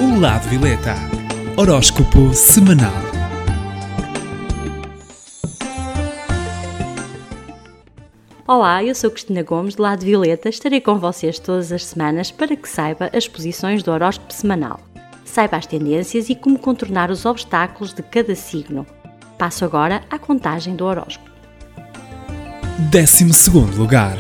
O Lado Violeta. Horóscopo semanal. Olá, eu sou Cristina Gomes, do Lado Violeta. Estarei com vocês todas as semanas para que saiba as posições do horóscopo semanal. Saiba as tendências e como contornar os obstáculos de cada signo. Passo agora à contagem do horóscopo. 12º lugar.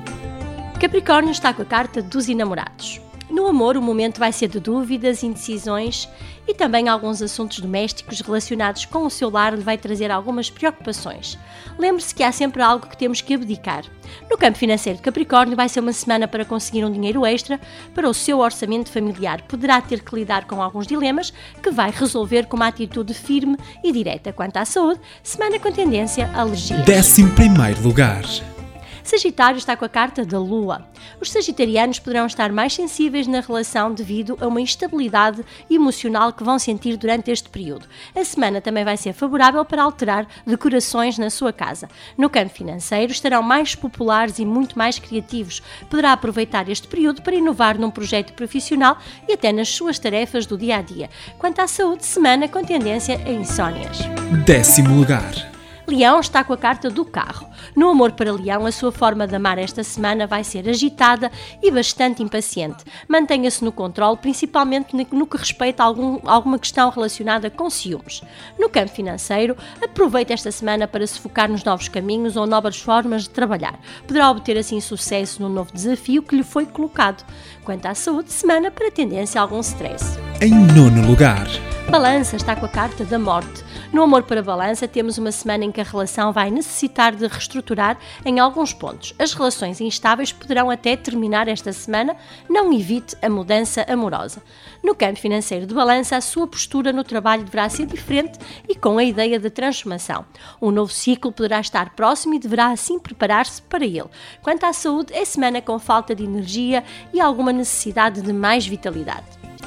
Capricórnio está com a carta dos enamorados. No amor, o momento vai ser de dúvidas, indecisões e também alguns assuntos domésticos relacionados com o seu lar lhe vai trazer algumas preocupações. Lembre-se que há sempre algo que temos que abdicar. No campo financeiro de Capricórnio, vai ser uma semana para conseguir um dinheiro extra para o seu orçamento familiar. Poderá ter que lidar com alguns dilemas que vai resolver com uma atitude firme e direta. Quanto à saúde, semana com tendência a alergias. 11º lugar. Sagitário está com a carta da Lua. Os sagitarianos poderão estar mais sensíveis na relação devido a uma instabilidade emocional que vão sentir durante este período. A semana também vai ser favorável para alterar decorações na sua casa. No campo financeiro estarão mais populares e muito mais criativos. Poderá aproveitar este período para inovar num projeto profissional e até nas suas tarefas do dia a dia. Quanto à saúde, semana com tendência a insónias. 10º lugar. Leão está com a carta do carro. No amor para Leão, a sua forma de amar esta semana vai ser agitada e bastante impaciente. Mantenha-se no controle, principalmente no que respeita a alguma questão relacionada com ciúmes. No campo financeiro, aproveite esta semana para se focar nos novos caminhos ou novas formas de trabalhar. Poderá obter assim sucesso no novo desafio que lhe foi colocado. Quanto à saúde, semana para tendência a algum stress. Em 9º lugar. Balança está com a carta da morte. No amor para Balança, temos uma semana em que a relação vai necessitar de reestruturar em alguns pontos. As relações instáveis poderão até terminar esta semana, não evite a mudança amorosa. No campo financeiro de Balança, a sua postura no trabalho deverá ser diferente e com a ideia de transformação. Um novo ciclo poderá estar próximo e deverá assim preparar-se para ele. Quanto à saúde, é semana com falta de energia e alguma necessidade de mais vitalidade.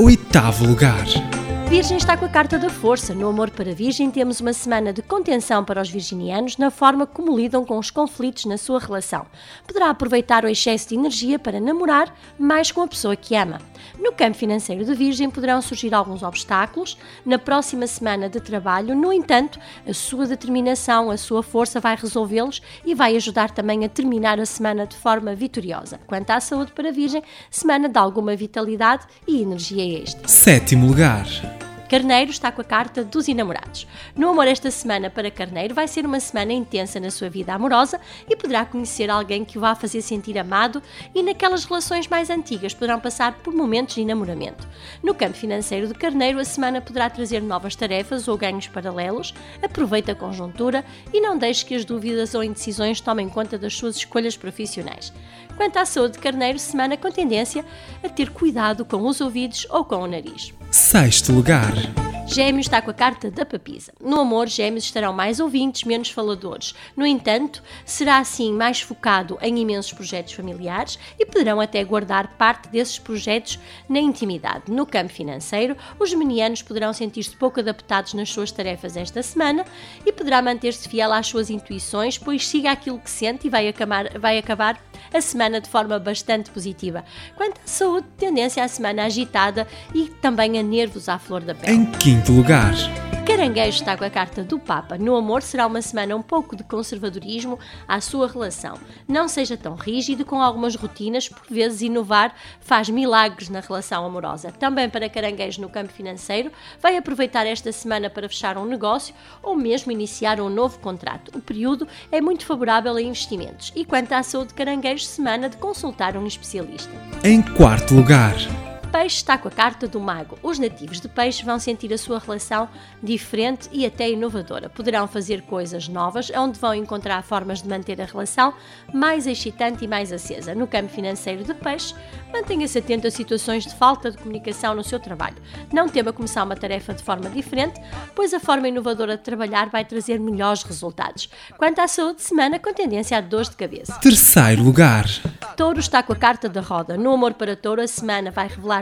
8º lugar. Virgem está com a carta da força. No amor para Virgem, temos uma semana de contenção para os virginianos na forma como lidam com os conflitos na sua relação. Poderá aproveitar o excesso de energia para namorar mais com a pessoa que ama. No campo financeiro de Virgem, poderão surgir alguns obstáculos na próxima semana de trabalho. No entanto, a sua determinação, a sua força vai resolvê-los e vai ajudar também a terminar a semana de forma vitoriosa. Quanto à saúde para Virgem, semana de alguma vitalidade e energia extra. 7º lugar. Carneiro está com a carta dos enamorados. No amor esta semana para Carneiro vai ser uma semana intensa na sua vida amorosa e poderá conhecer alguém que o vá fazer sentir amado e naquelas relações mais antigas poderão passar por momentos de enamoramento. No campo financeiro de Carneiro, a semana poderá trazer novas tarefas ou ganhos paralelos. Aproveite a conjuntura e não deixe que as dúvidas ou indecisões tomem conta das suas escolhas profissionais. Quanto à saúde de Carneiro, semana com tendência a ter cuidado com os ouvidos ou com o nariz. 6º lugar. Gêmeos está com a carta da papisa. No amor, Gêmeos estarão mais ouvintes, menos faladores. No entanto, será assim mais focado em imensos projetos familiares e poderão até guardar parte desses projetos na intimidade. No campo financeiro, os geminianos poderão sentir-se pouco adaptados nas suas tarefas esta semana e poderá manter-se fiel às suas intuições, pois siga aquilo que sente e vai acabar a semana de forma bastante positiva. Quanto à saúde, tendência à semana agitada e também a nervos à flor da pele. Em 5º lugar. Caranguejo está com a carta do Papa. No amor será uma semana um pouco de conservadorismo à sua relação. Não seja tão rígido com algumas rotinas, por vezes inovar faz milagres na relação amorosa. Também para Caranguejo no campo financeiro, vai aproveitar esta semana para fechar um negócio ou mesmo iniciar um novo contrato. O período é muito favorável a investimentos. E quanto à saúde de Caranguejo, semana de consultar um especialista. Em 4º lugar. Peixe está com a carta do mago. Os nativos de Peixe vão sentir a sua relação diferente e até inovadora. Poderão fazer coisas novas, onde vão encontrar formas de manter a relação mais excitante e mais acesa. No campo financeiro de Peixe, mantenha-se atento a situações de falta de comunicação no seu trabalho. Não tema começar uma tarefa de forma diferente, pois a forma inovadora de trabalhar vai trazer melhores resultados. Quanto à saúde, semana com tendência a dores de cabeça. 3º lugar. Touro está com a carta da roda. No amor para Touro, a semana vai revelar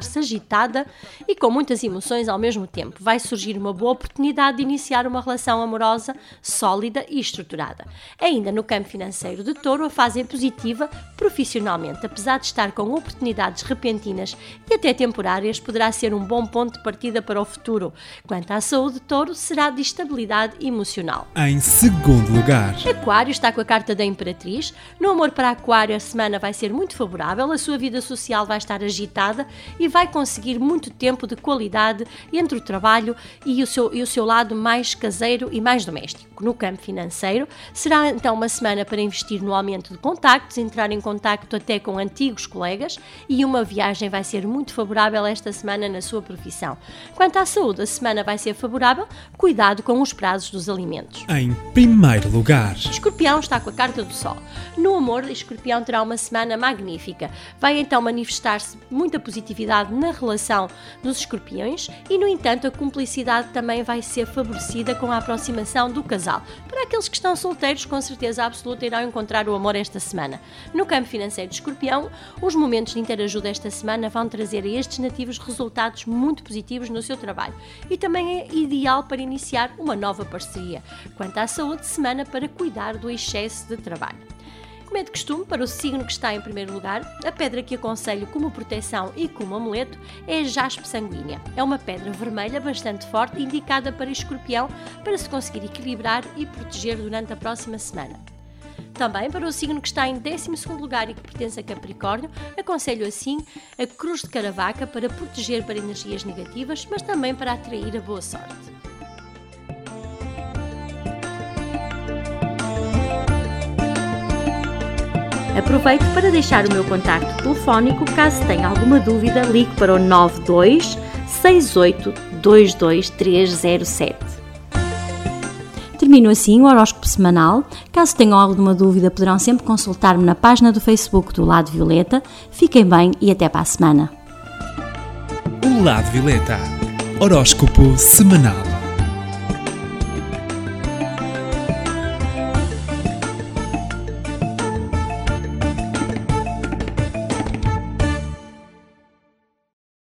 tornar-se agitada e com muitas emoções ao mesmo tempo. Vai surgir uma boa oportunidade de iniciar uma relação amorosa sólida e estruturada. Ainda no campo financeiro de Touro, a fase é positiva profissionalmente. Apesar de estar com oportunidades repentinas e até temporárias, poderá ser um bom ponto de partida para o futuro. Quanto à saúde de Touro, será de estabilidade emocional. Em segundo lugar, Aquário está com a carta da Imperatriz. No amor para Aquário, a semana vai ser muito favorável, a sua vida social vai estar agitada e vai conseguir muito tempo de qualidade entre o trabalho e o seu lado mais caseiro e mais doméstico. No campo financeiro, será então uma semana para investir no aumento de contactos, entrar em contacto até com antigos colegas, e uma viagem vai ser muito favorável esta semana na sua profissão. Quanto à saúde, a semana vai ser favorável, cuidado com os prazos dos alimentos. em primeiro lugar, Escorpião está com a carta do Sol. No amor, Escorpião terá uma semana magnífica. Vai então manifestar-se muita positividade na relação dos escorpiões e, no entanto, a cumplicidade também vai ser favorecida com a aproximação do casal. Para aqueles que estão solteiros, com certeza absoluta irão encontrar o amor esta semana. No campo financeiro de Escorpião, os momentos de interajuda esta semana vão trazer a estes nativos resultados muito positivos no seu trabalho e também é ideal para iniciar uma nova parceria. Quanto à saúde, semana para cuidar do excesso de trabalho. Como é de costume, para o signo que está em primeiro lugar, a pedra que aconselho como proteção e como amuleto é a jaspe sanguínea. É uma pedra vermelha bastante forte, indicada para Escorpião, para se conseguir equilibrar e proteger durante a próxima semana. Também para o signo que está em 12º lugar e que pertence a Capricórnio, aconselho assim a cruz de Caravaca para proteger para energias negativas, mas também para atrair a boa sorte. Aproveito para deixar o meu contacto telefónico. Caso tenha alguma dúvida, ligue para o 92 68 22307. Termino assim o horóscopo semanal. Caso tenham alguma dúvida, poderão sempre consultar-me na página do Facebook do Lado Violeta. Fiquem bem e até para a semana. o Lado Violeta, horóscopo semanal.